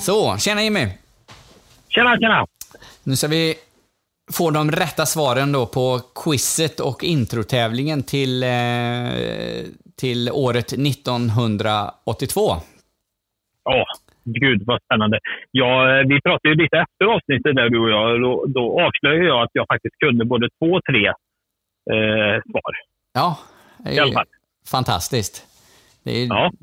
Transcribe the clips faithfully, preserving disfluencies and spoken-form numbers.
Så, tjena Jimmy. Tjena, tjena. Nu ska vi få de rätta svaren då på quizet och introtävlingen till, eh, till året nittonhundraåttiotvå. Åh, gud vad spännande. Ja, vi pratade ju lite efter avsnittet där du och jag. Då, då avslöjade jag att jag faktiskt kunde både två och tre eh, svar. Ja, i alla fall. Fantastiskt. Det är... Ja.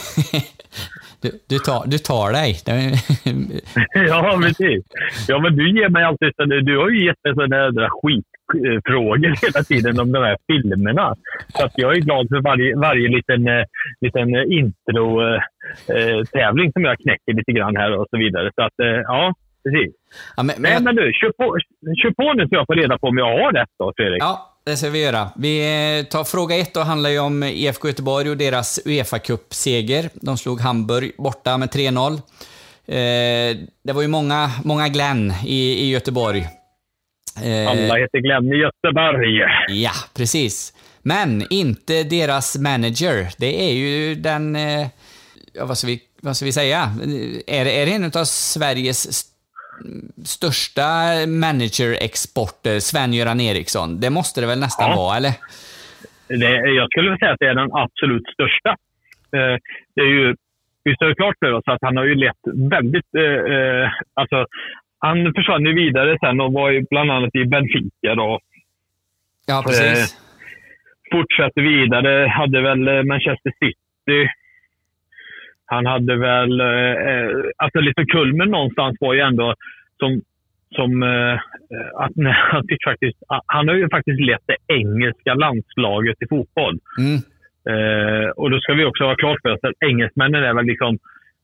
Du, du, tar, du tar dig. Ja, precis. Ja, men du ger mig alltid så, du har ju gett mig sådana där skitfrågor hela tiden om de här filmerna. Så att jag är glad för varje, varje liten, liten intro-tävling som jag knäcker lite grann här och så vidare. Så att, ja, precis. Ja, men, men... Nej, men du, kör på, kör på nu så jag får reda på om jag har rätt då, Fredrik. Ja. Det ska vi göra. Vi tar fråga ett och handlar ju om I F K Göteborg och deras UEFA-cupseger. De slog Hamburg borta med tre noll. Eh, det var ju många, många Glenn i, i Göteborg. Eh, Alla heter Glenn i Göteborg. Ja, precis. Men inte deras manager. Det är ju den... Eh, ja, vad ska vi, vad ska vi säga? Är, är det en av Sveriges st- största manager-exporter, Sven-Göran Eriksson? Det måste det väl nästan ja. vara, eller? Det, jag skulle säga att det är den absolut största. Eh, det är ju, vi står klart för oss att han har ju lett väldigt... Eh, alltså, han försvann ju vidare sen och var ju bland annat i Benfica då. Ja, precis. Eh, fortsatte vidare, hade väl Manchester City. Han hade väl... Eh, alltså lite kulmen någonstans var ju ändå som... som eh, att, nej, han, fick faktiskt, han har ju faktiskt lett det engelska landslaget i fotboll. Mm. Eh, och då ska vi också vara klart för oss att engelsmännen är väl liksom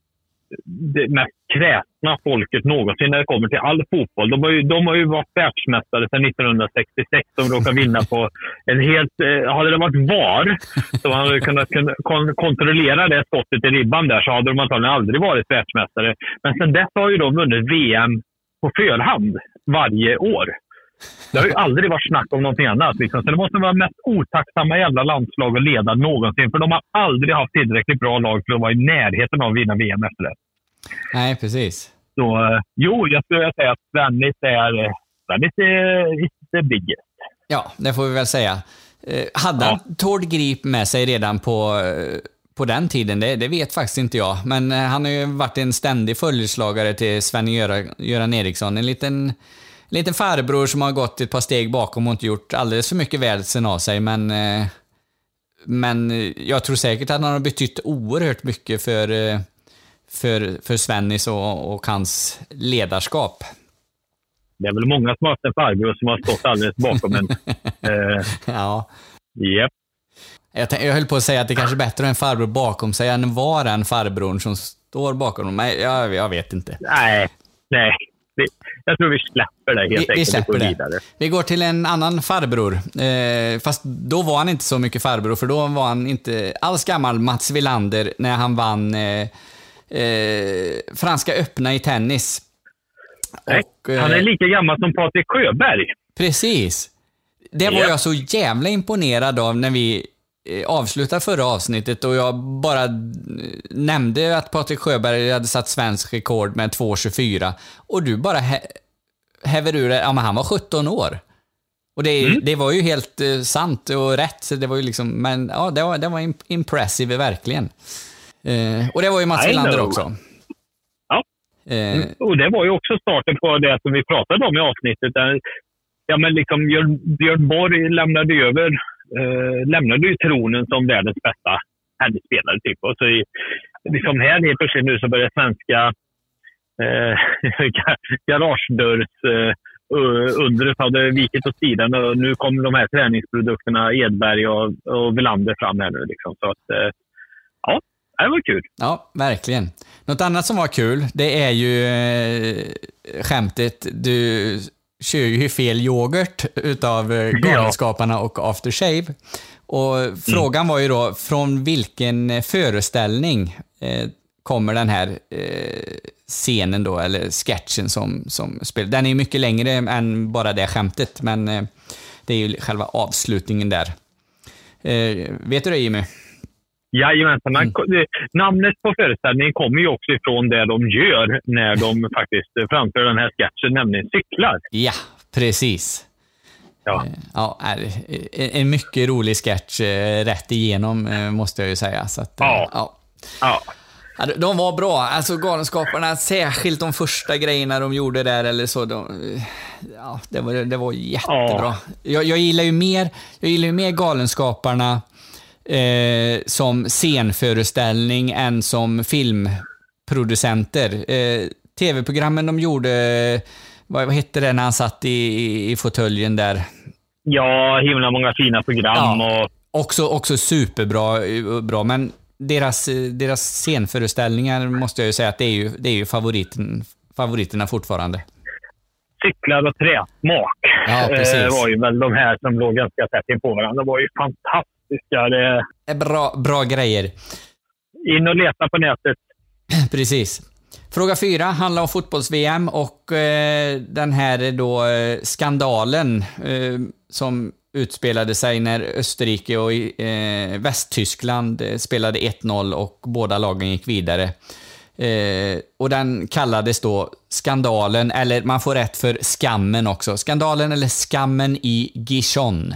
det mest kräsna folket någonsin när det kommer till all fotboll. De har ju, de har ju varit världsmästare sedan nittonhundrasextiosex. De råkar vinna på en helt... Eh, hade det varit V A R så man hade kunnat kon- kontrollera det skottet i ribban där, så hade de antagligen aldrig varit världsmästare. Men sen dess har ju de vunnit V M på förhand varje år. Det har ju aldrig varit snack om någonting annat. Liksom. Så det måste vara mest otacksamma jävla landslag att leda någonsin. För de har aldrig haft tillräckligt bra lag för att vara i närheten av att vinna V M efter det. Nej, precis. Så, uh, jo, jag skulle säga att Svennis är, Svennis är the biggest. Ja, det får vi väl säga. Eh, hade ja. han Tord Grip med sig redan på... Eh, på den tiden, det, det vet faktiskt inte jag. Men eh, han har ju varit en ständig följeslagare till Sven-Göran Eriksson. En liten, en liten farbror som har gått ett par steg bakom och inte gjort alldeles för mycket väsen av sig. Men, eh, men jag tror säkert att han har betytt oerhört mycket för, eh, för, för Svennis och, och hans ledarskap. Det är väl många som har haft en farbror som har stått alldeles bakom en. eh, ja. Yep. Jag, t- jag höll på att säga att det kanske är bättre att ha en farbror bakom sig än var den farbrorn som står bakom dem. Men jag, jag vet inte. Nej, nej. Jag tror vi släpper det helt vi, enkelt. Vi släpper och det. Vidare. Vi går till en annan farbror. Eh, fast då var han inte så mycket farbror, för då var han inte alls gammal, Mats Wilander, när han vann eh, eh, Franska öppna i tennis. Nej, och, eh, han är lika gammal som Patrik Sjöberg. Precis. Det var ja. jag så jävla imponerad av när vi avslutade förra avsnittet och jag bara nämnde att Patrik Sjöberg hade satt svensk rekord med två tjugofyra och du bara hä- häver ur det. Ja, men han var sjutton år. Och det, mm. det var ju helt uh, sant och rätt. Så det var ju liksom, men ja, det var, det var impressive verkligen. Uh, och det var ju Mats Wilander också. Ja. Uh, och det var ju också starten på det som vi pratade om i avsnittet. Där, ja, men liksom Björn, Björn Borg lämnade över Uh, lämnade ju tronen som världens bästa tennisspelare typ. Och så i, liksom här helt plötsligt nu så börjar svenska uh, garagedörrs uh, undret hade vikit åt sidan och nu kommer de här träningsprodukterna Edberg och, och Wilander fram här nu liksom. Så att uh, ja, det var kul. Ja, verkligen. Något annat som var kul, det är ju uh, skämtet du kör ju fel yoghurt utav Galenskaparna och Aftershave. Och mm. frågan var ju då, från vilken föreställning eh, kommer den här eh, scenen då, eller sketchen som, som spelar. Den är ju mycket längre än bara det skämtet, men eh, det är ju själva avslutningen där. Eh, vet du det, Jimmy? Jajamensan. Mm. Namnet på föreställningen kommer ju också ifrån det de gör när de faktiskt framför den här sketchen, nämligen cyklar. Ja, precis. Ja. Ja, en mycket rolig sketch rätt igenom, måste jag ju säga. Så att, ja. Ja. Ja. Ja, de var bra, alltså Galenskaparna, särskilt de första grejerna de gjorde där eller så, de, ja, det var, det var jättebra. Ja. Jag, jag gillar ju mer, jag gillar ju mer Galenskaparna eh, som scenföreställning än som filmproducenter. Eh, tv-programmen de gjorde, vad, vad hette det när han satt i, i fåtöljen där? Ja, himla många fina program. Ja. Och... Också, också superbra, bra, men Deras, deras scenföreställningar måste jag ju säga att det är ju, det är ju favoriten, favoriterna fortfarande. Cyklar och träsmak ja, eh, var ju väl de här som låg ganska tätt in på varandra. Det var ju fantastiska. Det... Bra, bra grejer. In och leta på nätet. Precis. Fråga fyra handlar om fotbolls-V M och eh, den här då eh, skandalen eh, som utspelade sig när Österrike och eh, Västtyskland eh, spelade ett noll och båda lagen gick vidare. Eh, och den kallades då skandalen, eller man får rätt för skammen också. Skandalen eller skammen i Gijon.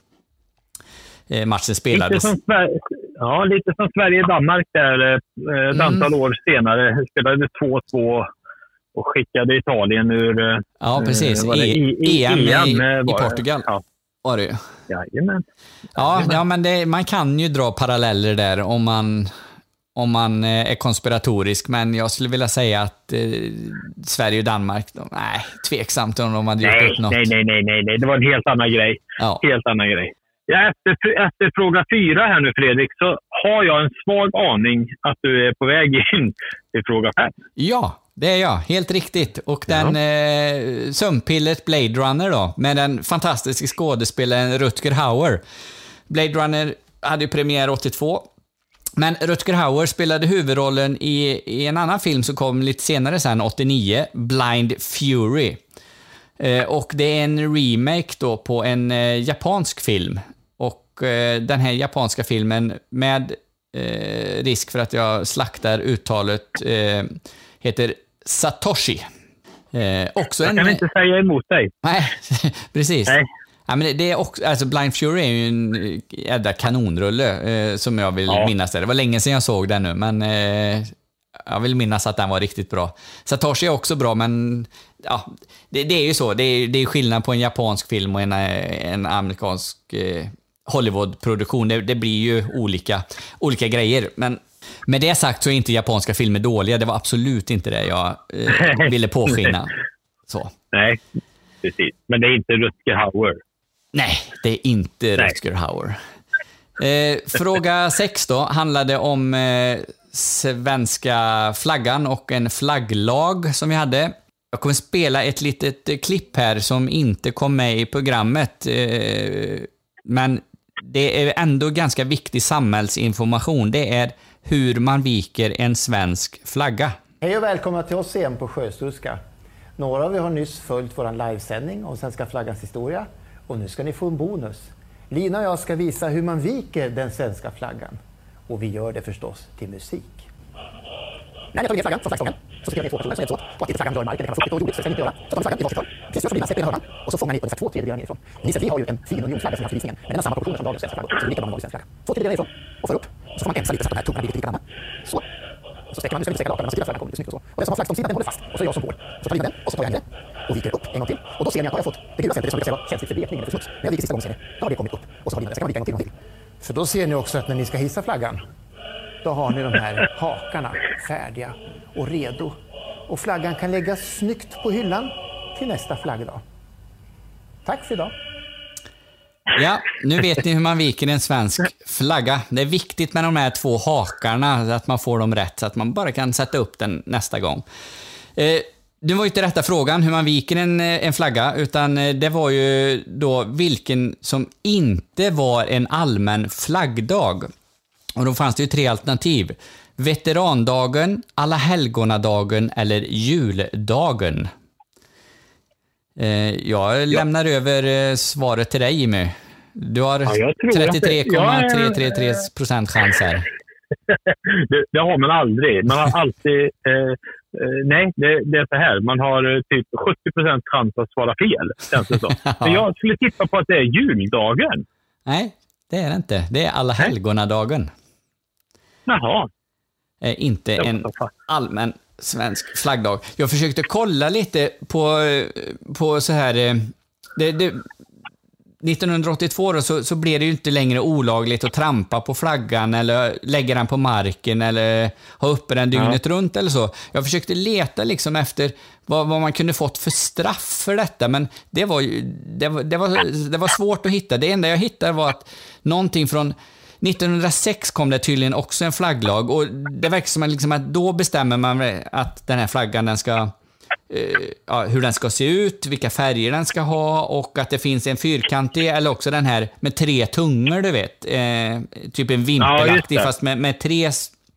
Eh, matchen spelades. Lite som Sverige, ja, lite som Sverige-Danmark där eh, ett antal mm. år senare spelade två två och skickade Italien ur eh, ja, precis. E- I, i, E M i, i, i Portugal. Ja. Var det ju. Jajamän. Ja, ja, men det, man kan ju dra paralleller där om man, om man är konspiratorisk, men jag skulle vilja säga att eh, Sverige och Danmark, de, nej, tveksamt om de hade nej, gjort upp något. Nej, nej, nej, nej, nej, det var en helt annan grej. Ja. Helt annan grej. Ja, efter, efter fråga fyra här nu, Fredrik, så har jag en svag aning att du är på väg in till fråga fem. Ja, det är jag. Helt riktigt. Och den ja. eh, sömnpillet Blade Runner då, med den fantastiska skådespelaren Rutger Hauer. Blade Runner hade ju premiär åttiotvå. Men Rutger Hauer spelade huvudrollen i, i en annan film som kom lite senare sen, åttionio, Blind Fury. Eh, och det är en remake då på en eh, japansk film. Och eh, den här japanska filmen, med eh, risk för att jag slaktar uttalet, eh, heter Satoshi. Eh, också jag en, kan inte säga emot dig. Nej, precis. Nej. Ja, men det, det är också, alltså Blind Fury är ju en jävla kanonrulle eh, som jag vill ja. minnas det. Det var länge sedan jag såg den nu, men eh, jag vill minnas att den var riktigt bra. Satoshi är också bra, men ja, det, det är ju så. Det är, det är skillnad på en japansk film och en, en amerikansk eh, Hollywood-produktion. Det, det blir ju olika, olika grejer, men med det sagt så är inte japanska filmer dåliga. Det var absolut inte det jag eh, ville påskina. Så. Nej, precis. Men det är inte Rutger Hauer. Nej, det är inte Rutger Hauer. Eh, fråga sex då handlade om eh, svenska flaggan och en flagglag som vi hade. Jag kommer spela ett litet klipp här som inte kom med i programmet. Eh, men det är ändå ganska viktig samhällsinformation. Det är hur man viker en svensk flagga. Hej och välkomna till oss igen på Sjösturska. Några av er har nyss följt vår livesändning om svenska flaggans historia. Och nu ska ni få en bonus. Lina och jag ska visa hur man viker den svenska flaggan. Och vi gör det förstås till musik. När ni tar ner flaggan från flaggstången så skriver ni två personer som hjälps åt. Och att inte flaggan rör marken, det kan vara fuktigt och jobbigt, så ska ni inte göra. Så tar ni flaggan i varsitt hörn. Precis som Lina släpper i hörnan. Och så fångar ni ungefär två tredjedelar nerifrån. Ni ser att vi har ju en fin unionflagga som vi har haft i visningen. Men den har samma proportioner som dagens svenska flaggor. Så det är lika bra med dagens svenska flagga. Två tredjedelar nerifrån. Och för upp. Och så får man ensa lite så att de här tungarna blir lite granna. Så. Och så sträcker man, nu ska vi inte sträcka lakan, man ser att flaggan kommer lite snyggt och så. Och den som har flaggstångssidan, den håller fast. Och så är jag som går. Så tar Lina den, och så tar jag den och viker upp en gång till. Och då ser ni att jag har fått det gula fältet, det som brukar säga känsligt för vekning eller för smuts. När jag viker sista gången ser ni, då har det kommit upp. Och så har Lina, det ska man vika en gång till, en gång till. För då ser ni också att när ni ska hissa flaggan, då har ni de här hakarna färdiga och redo. Och flaggan kan läggas snyggt på hyllan till nästa flaggdag. Tack för idag. Ja, nu vet ni hur man viker en svensk flagga. Det är viktigt med de här två hakarna, så att man får dem rätt, så att man bara kan sätta upp den nästa gång. Eh, det var ju inte rätta frågan hur man viker en, en flagga, utan det var ju då vilken som inte var en allmän flaggdag. Och då fanns det ju tre alternativ. Veterandagen, alla helgonadagen eller juldagen. Eh, jag lämnar ja. över svaret till dig, Jimmy. Du har ja, trettiotre komma tre tre tre procent chans här. det, det har man aldrig. Man har alltid... Eh, eh, nej, det, det är så här. Man har eh, typ sjuttio procent chans att svara fel, känns det så. Men jag skulle tippa på att det är juldagen. Nej, det är det inte. Det är alla helgonadagen. Jaha. Eh, inte en allmän svensk flaggdag. Jag försökte kolla lite på, på så här... Eh, det... det nittonhundraåttiotvå då, så, så blev det ju inte längre olagligt att trampa på flaggan eller lägga den på marken eller ha uppe den dygnet ja. runt eller så. Jag försökte leta liksom efter vad, vad man kunde fått för straff för detta, men det var, ju, det, var, det, var, det var svårt att hitta. Det enda jag hittade var att någonting från nittonhundrasex kom det tydligen också en flagglag, och det verkar som att, liksom att då bestämmer man att den här flaggan den ska Ja, hur den ska se ut, vilka färger den ska ha, och att det finns en fyrkantig eller också den här med tre tungor, du vet. Eh, typ en vimpelaktig ja, fast med, med tre,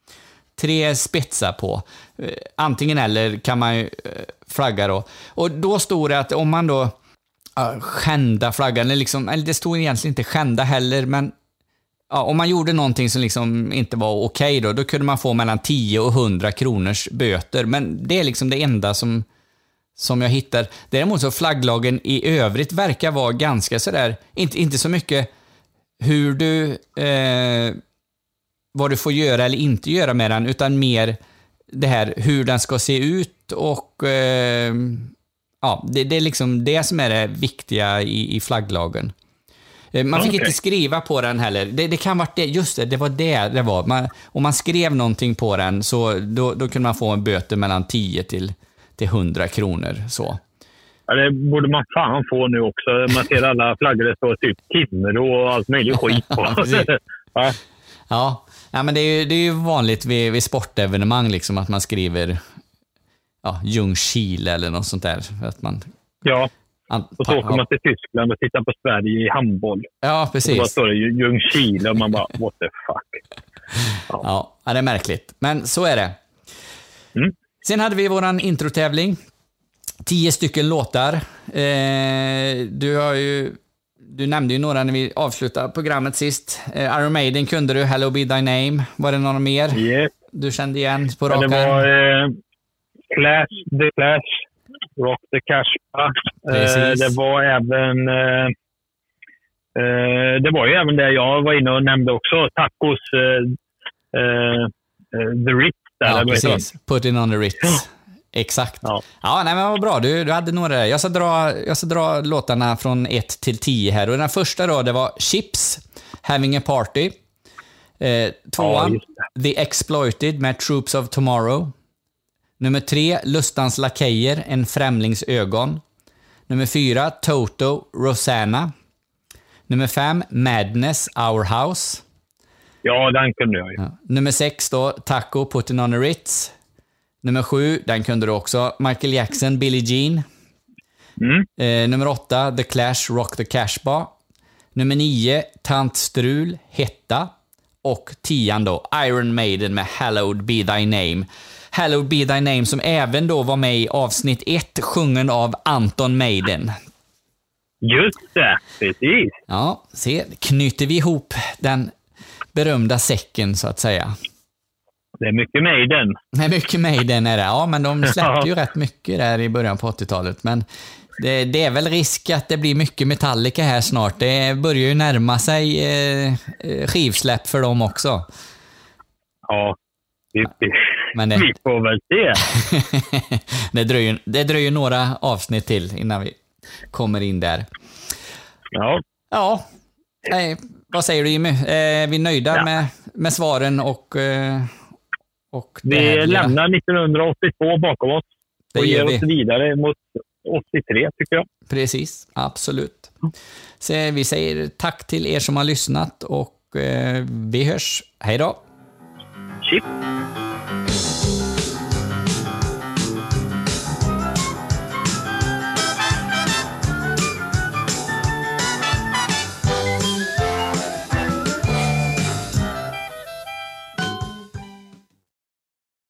tre spetsar på. Eh, antingen eller kan man ju eh, flagga då. Och då står det att om man då eh, skända flaggan, eller, liksom, eller det står egentligen inte skända heller, men ja, om man gjorde någonting som liksom inte var okej då, då kunde man få mellan tio och hundra kronors böter. Men det är liksom det enda som som jag hittar. Däremot så flagglagen i övrigt verkar vara ganska sådär, inte, inte så mycket hur du eh, vad du får göra eller inte göra med den, utan mer det här hur den ska se ut, och eh, ja, det, det är liksom det som är det viktiga i, i flagglagen. Eh, man fick okay. inte skriva på den heller. Det, det kan vara det, just det, det var det det var. Man, om man skrev någonting på den så då, då kunde man få en böter mellan tio till till hundra kronor så. Ja, det borde man fan få nu också. Man ser alla flaggor det står typ Timrå och allt möjligt skit på. ja. Ja. Ja, men det är ju, det är ju vanligt vid, vid sportevenemang liksom att man skriver ja, Ljungskile eller något sånt där. Att man, ja, och så åker man till Tyskland och tittar på Sverige i handboll. Ja, precis. Och då står det Ljungskile och man bara, what the fuck. Ja, ja det är märkligt. Men så är det. Mm. Sen hade vi våran introtävling. Tio stycken låtar. Eh, du har ju du nämnde ju några när vi avslutade programmet sist. Eh, Iron Maiden kunde du, Hello Be Thy Name. Var det någon mer? Yes. Du kände igen på rakan? Det var eh, Clash, The Clash, Rock the Casbah. Eh, det var även eh, eh, det var ju även det jag var inne och nämnde också. Tacos eh, eh, The Ritz. Ja, precis. Put in on the Ritz. Exakt. Ja, ja nej, men vad bra. Du, du hade några där. Jag ska, dra, jag ska dra låtarna från ett till tio här. Och den första då, det var Chips, Having a Party. Eh, tvåan, ja, The Exploited med Troops of Tomorrow. Nummer tre, Lustans Lakejer, En främlings ögon. Nummer fyra, Toto, Rosanna. Nummer fem, Madness, Our House. Ja, den kunde jag ju. Ja. Nummer sex då, Taco, Putting on a Ritz. Nummer sju, den kunde du också. Michael Jackson, Billie Jean. Mm. Eh, nummer åtta, The Clash, Rock the Casbah. Nummer nio, Tant Strul, Hetta. Och tian då, Iron Maiden med Hallowed Be Thy Name. Hallowed Be Thy Name som även då var med i avsnitt ett, sjungen av Anton Maiden. Just det, precis. Ja, se, knyter vi ihop den berömda säcken så att säga. Det är mycket Maiden. Det är mycket Maiden är det. Ja, men de släppte ju rätt mycket där i början på åttiotalet. Men det, det är väl risk att det blir mycket Metallica här snart. Det börjar ju närma sig eh, skivsläpp för dem också. Ja, det, men det, vi får väl se. det, dröjer, det dröjer några avsnitt till innan vi kommer in där. Ja. Ja, nej, vad säger du Jimmy? Är vi nöjda ja. med, med svaren och... och vi lämnar nittonhundraåttiotvå bakom oss och det ger vi. oss vidare mot åttiotre tycker jag. Precis, absolut. Så vi säger tack till er som har lyssnat och eh, vi hörs. Hej då! Chip!